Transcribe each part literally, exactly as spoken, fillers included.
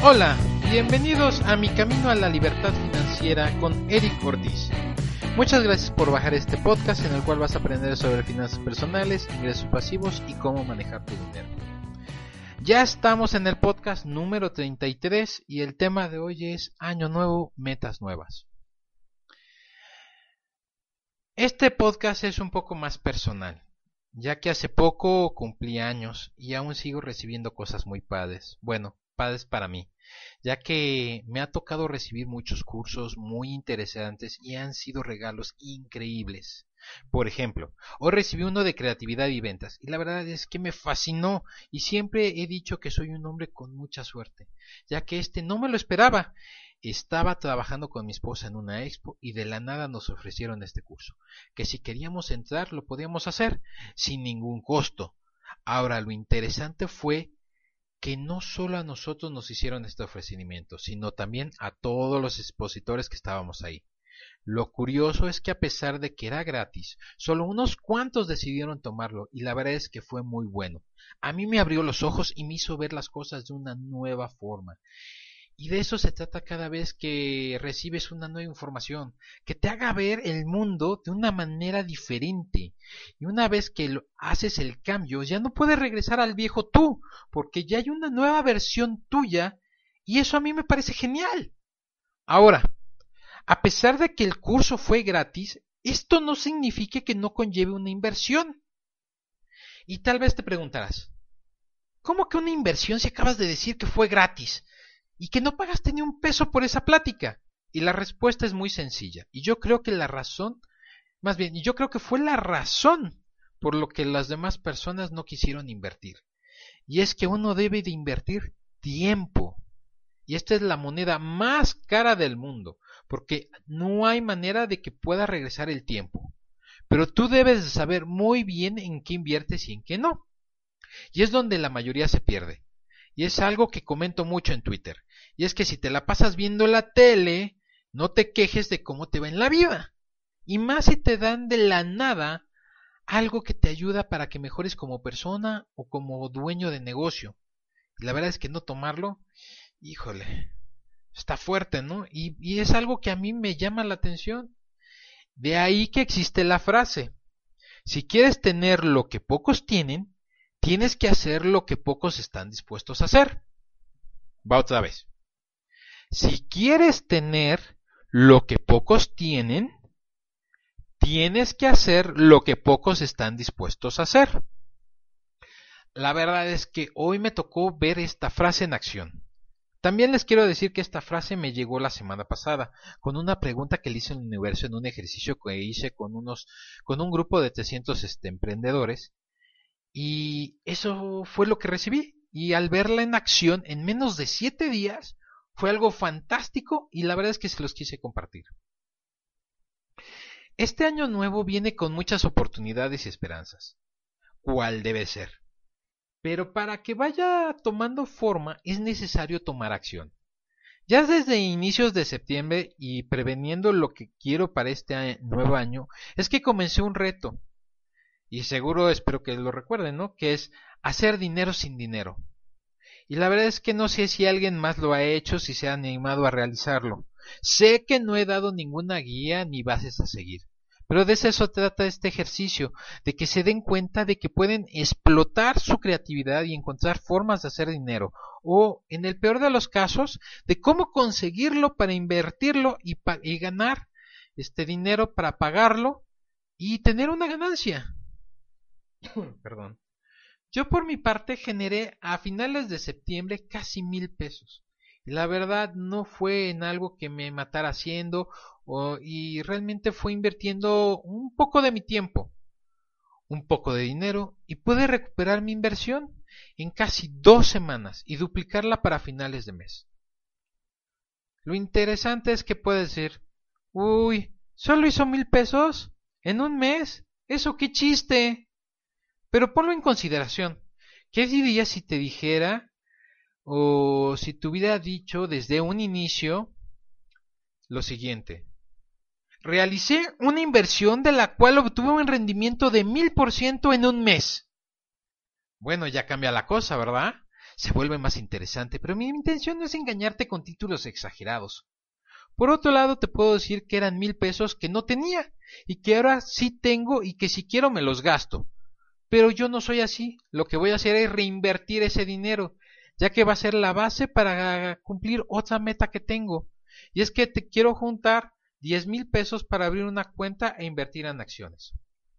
Hola, bienvenidos a Mi Camino a la Libertad Financiera con Eric Ortiz. Muchas gracias por bajar este podcast en el cual vas a aprender sobre finanzas personales, ingresos pasivos y cómo manejar tu dinero. Ya estamos en el podcast número treinta y tres y el tema de hoy es Año Nuevo, Metas Nuevas. Este podcast es un poco más personal, ya que hace poco cumplí años y aún sigo recibiendo cosas muy padres. Bueno, padres para mí, ya que me ha tocado recibir muchos cursos muy interesantes y han sido regalos increíbles. Por ejemplo, hoy recibí uno de creatividad y ventas y la verdad es que me fascinó y siempre he dicho que soy un hombre con mucha suerte, ya que este no me lo esperaba. Estaba trabajando con mi esposa en una expo y de la nada nos ofrecieron este curso, que si queríamos entrar lo podíamos hacer sin ningún costo. Ahora lo interesante fue que no solo a nosotros nos hicieron este ofrecimiento, sino también a todos los expositores que estábamos ahí. Lo curioso es que a pesar de que era gratis, solo unos cuantos decidieron tomarlo y la verdad es que fue muy bueno. A mí me abrió los ojos y me hizo ver las cosas de una nueva forma. Y de eso se trata cada vez que recibes una nueva información, que te haga ver el mundo de una manera diferente. Y una vez que lo haces el cambio, ya no puedes regresar al viejo tú, porque ya hay una nueva versión tuya, y eso a mí me parece genial. Ahora, a pesar de que el curso fue gratis, esto no significa que no conlleve una inversión. Y tal vez te preguntarás, ¿cómo que una inversión si acabas de decir que fue gratis? Y que no pagaste ni un peso por esa plática. Y la respuesta es muy sencilla. Y yo creo que la razón, más bien, yo creo que fue la razón por lo que las demás personas no quisieron invertir. Y es que uno debe de invertir tiempo. Y esta es la moneda más cara del mundo, porque no hay manera de que pueda regresar el tiempo. Pero tú debes de saber muy bien en qué inviertes y en qué no. Y es donde la mayoría se pierde. Y es algo que comento mucho en Twitter. Y es que si te la pasas viendo la tele, no te quejes de cómo te va en la vida. Y más si te dan de la nada algo que te ayuda para que mejores como persona o como dueño de negocio. Y la verdad es que no tomarlo, híjole, está fuerte, ¿no? Y, y es algo que a mí me llama la atención. De ahí que existe la frase: si quieres tener lo que pocos tienen, tienes que hacer lo que pocos están dispuestos a hacer. Va otra vez. Si quieres tener lo que pocos tienen, tienes que hacer lo que pocos están dispuestos a hacer. La verdad es que hoy me tocó ver esta frase en acción. También les quiero decir que esta frase me llegó la semana pasada con una pregunta que le hice en el universo en un ejercicio que hice con unos con un grupo de trescientos este, emprendedores. Y eso fue lo que recibí. Y al verla en acción en menos de siete días, fue algo fantástico y la verdad es que se los quise compartir. Este año nuevo viene con muchas oportunidades y esperanzas. ¿Cuál debe ser? Pero para que vaya tomando forma es necesario tomar acción. Ya desde inicios de septiembre y preveniendo lo que quiero para este nuevo año, es que comencé un reto. Y seguro espero que lo recuerden, ¿no? Que es hacer dinero sin dinero. Y la verdad es que no sé si alguien más lo ha hecho, si se ha animado a realizarlo. Sé que no he dado ninguna guía ni bases a seguir. Pero de eso trata este ejercicio, de que se den cuenta de que pueden explotar su creatividad y encontrar formas de hacer dinero. O, en el peor de los casos, de cómo conseguirlo para invertirlo y, pa- y ganar este dinero para pagarlo y tener una ganancia. Perdón. Yo por mi parte generé a finales de septiembre casi mil pesos. Y la verdad no fue en algo que me matara haciendo o, y realmente fue invirtiendo un poco de mi tiempo, un poco de dinero y pude recuperar mi inversión en casi dos semanas y duplicarla para finales de mes. Lo interesante es que puedes decir, uy, ¿solo hizo mil pesos? ¿En un mes? ¿Eso qué chiste? Pero ponlo en consideración. ¿Qué dirías si te dijera o si te hubiera dicho desde un inicio lo siguiente? Realicé una inversión de la cual obtuve un rendimiento de mil por ciento en un mes. Bueno, ya cambia la cosa, ¿verdad? se vuelve más interesante, pero mi intención no es engañarte con títulos exagerados. Por otro lado, te puedo decir que eran mil pesos que no tenía y que ahora sí tengo y que si quiero me los gasto. Pero yo no soy así. Lo que voy a hacer es reinvertir ese dinero, ya que va a ser la base para cumplir otra meta que tengo. Y es que te quiero juntar diez mil pesos para abrir una cuenta e invertir en acciones.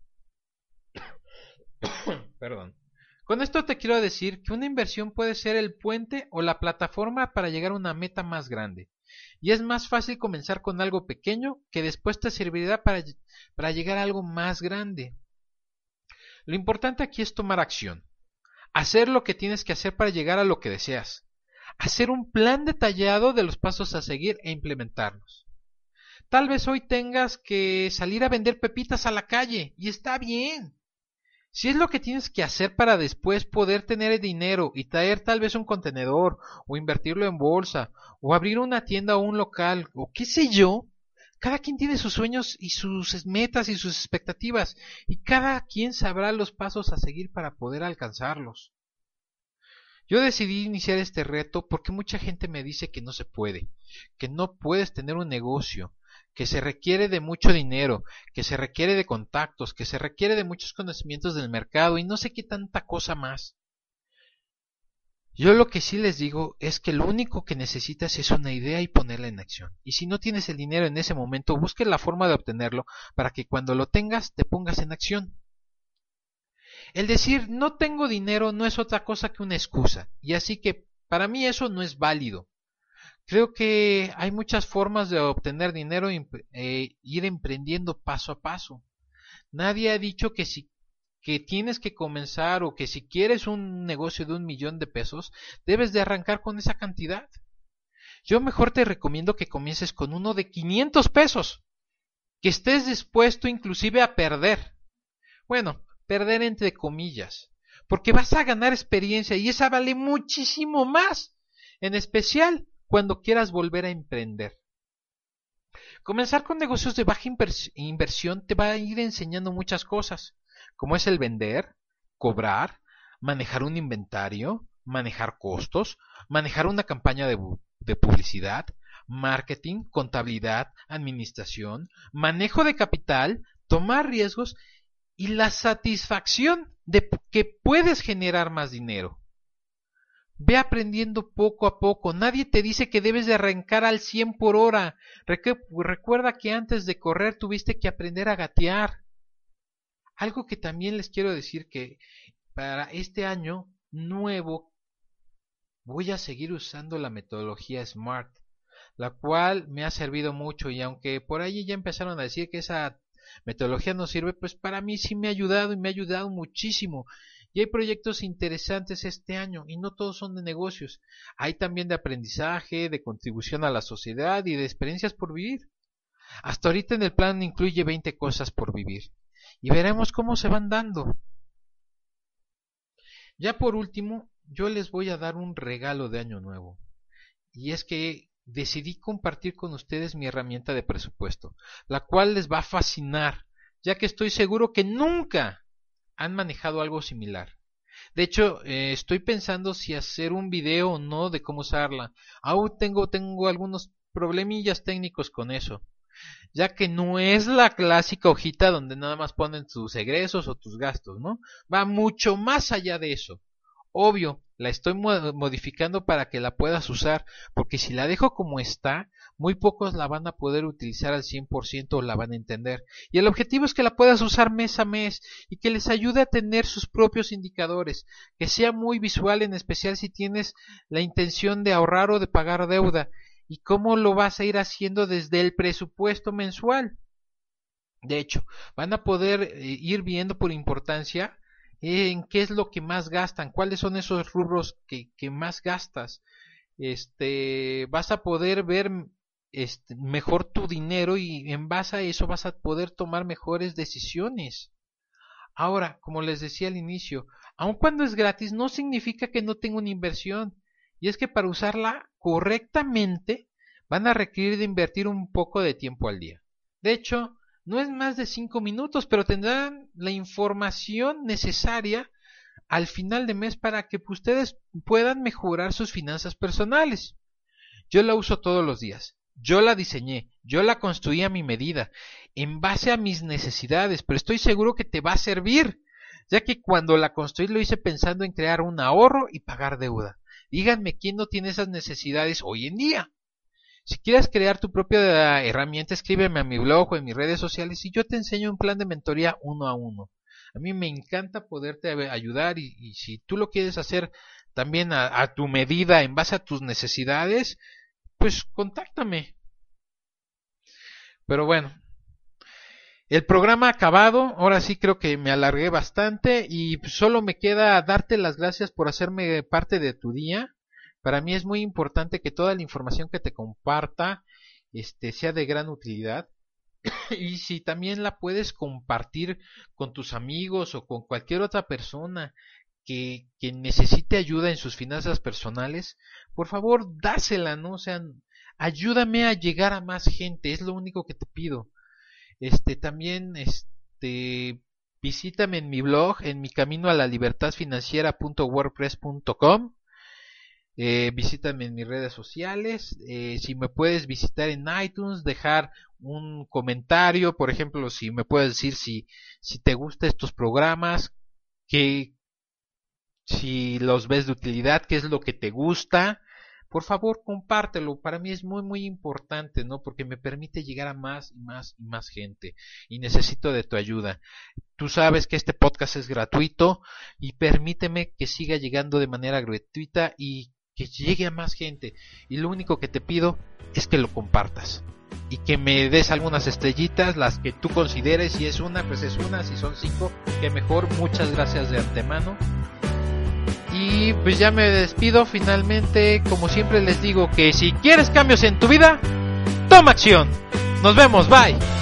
Perdón. Con esto te quiero decir que una inversión puede ser el puente o la plataforma para llegar a una meta más grande. Y es más fácil comenzar con algo pequeño que después te servirá para, para llegar a algo más grande. Lo importante aquí es tomar acción, hacer lo que tienes que hacer para llegar a lo que deseas, hacer un plan detallado de los pasos a seguir e implementarlos. Tal vez hoy tengas que salir a vender pepitas a la calle y está bien. Si es lo que tienes que hacer para después poder tener el dinero y traer tal vez un contenedor o invertirlo en bolsa o abrir una tienda o un local o qué sé yo, cada quien tiene sus sueños y sus metas y sus expectativas y cada quien sabrá los pasos a seguir para poder alcanzarlos. Yo decidí iniciar este reto porque mucha gente me dice que no se puede, que no puedes tener un negocio, que se requiere de mucho dinero, que se requiere de contactos, que se requiere de muchos conocimientos del mercado y no sé qué tanta cosa más. Yo lo que sí les digo es que lo único que necesitas es una idea y ponerla en acción. Y si no tienes el dinero en ese momento, busque la forma de obtenerlo para que cuando lo tengas te pongas en acción. El decir no tengo dinero no es otra cosa que una excusa, y así que para mí eso no es válido. Creo que hay muchas formas de obtener dinero e eh, ir emprendiendo paso a paso. Nadie ha dicho que si que tienes que comenzar o que si quieres un negocio de un millón de pesos, debes de arrancar con esa cantidad. Yo mejor te recomiendo que comiences con uno de quinientos pesos, que estés dispuesto inclusive a perder. Bueno, perder entre comillas, porque vas a ganar experiencia y esa vale muchísimo más, en especial cuando quieras volver a emprender. Comenzar con negocios de baja inversión te va a ir enseñando muchas cosas, como es el vender, cobrar, manejar un inventario, manejar costos, manejar una campaña de, de publicidad, marketing, contabilidad, administración, manejo de capital, tomar riesgos y la satisfacción de que puedes generar más dinero. Ve aprendiendo poco a poco. Nadie te dice que debes de arrancar al cien por hora. Recuerda que antes de correr tuviste que aprender a gatear. Algo que también les quiero decir que para este año nuevo voy a seguir usando la metodología SMART, la cual me ha servido mucho y aunque por ahí ya empezaron a decir que esa metodología no sirve, pues para mí sí me ha ayudado y me ha ayudado muchísimo. Y hay proyectos interesantes este año y no todos son de negocios. Hay también de aprendizaje, de contribución a la sociedad y de experiencias por vivir. Hasta ahorita en el plan incluye veinte cosas por vivir y veremos cómo se van dando. Ya por último, yo les voy a dar un regalo de año nuevo y es que decidí compartir con ustedes mi herramienta de presupuesto, la cual les va a fascinar, ya que estoy seguro que nunca han manejado algo similar. De hecho, eh, estoy pensando si hacer un video o no de cómo usarla. Aún tengo, tengo algunos problemillas técnicos con eso, ya que no es la clásica hojita donde nada más ponen tus egresos o tus gastos, ¿no? Va mucho más allá de eso. Obvio, la estoy modificando para que la puedas usar, porque si la dejo como está, muy pocos la van a poder utilizar al cien por ciento o la van a entender. Y el objetivo es que la puedas usar mes a mes y que les ayude a tener sus propios indicadores, que sea muy visual, en especial si tienes la intención de ahorrar o de pagar deuda, y cómo lo vas a ir haciendo desde el presupuesto mensual. De hecho, van a poder eh, ir viendo por importancia en qué es lo que más gastan, cuáles son esos rubros que, que más gastas. Este, vas a poder ver este, mejor tu dinero y en base a eso vas a poder tomar mejores decisiones. Ahora, como les decía al inicio, aun cuando es gratis no significa que no tenga una inversión. Y es que para usarla correctamente van a requerir de invertir un poco de tiempo al día. De hecho, no es más de cinco minutos, pero tendrán la información necesaria al final de mes para que ustedes puedan mejorar sus finanzas personales. Yo la uso todos los días. Yo la diseñé, yo la construí a mi medida, en base a mis necesidades, pero estoy seguro que te va a servir, ya que cuando la construí lo hice pensando en crear un ahorro y pagar deuda. Díganme quién no tiene esas necesidades hoy en día. Si quieres crear tu propia herramienta, escríbeme a mi blog o en mis redes sociales y yo te enseño un plan de mentoría uno a uno. A mí me encanta poderte ayudar y, y si tú lo quieres hacer también a, a tu medida, en base a tus necesidades, pues contáctame. Pero bueno, el programa ha acabado, ahora sí creo que me alargué bastante y solo me queda darte las gracias por hacerme parte de tu día. Para mí es muy importante que toda la información que te comparta este, sea de gran utilidad. Y si también la puedes compartir con tus amigos o con cualquier otra persona que, que necesite ayuda en sus finanzas personales, por favor dásela, ¿no? O sea, ayúdame a llegar a más gente, es lo único que te pido. Este, también, este, visítame en mi blog, en mi camino a la libertad financiera punto wordpress punto com. Eh, visítame en mis redes sociales, eh, si me puedes visitar en iTunes, dejar un comentario, por ejemplo, si me puedes decir si, si te gustan estos programas, que si los ves de utilidad, qué es lo que te gusta, por favor compártelo, para mí es muy muy importante, ¿no? Porque me permite llegar a más y más y más gente y necesito de tu ayuda. Tú sabes que este podcast es gratuito y permíteme que siga llegando de manera gratuita y que llegue a más gente, y lo único que te pido es que lo compartas y que me des algunas estrellitas, las que tú consideres. Si es una, pues es una, si son cinco, que mejor. Muchas gracias de antemano y pues ya me despido. Finalmente, como siempre les digo, que si quieres cambios en tu vida, toma acción. Nos vemos, bye.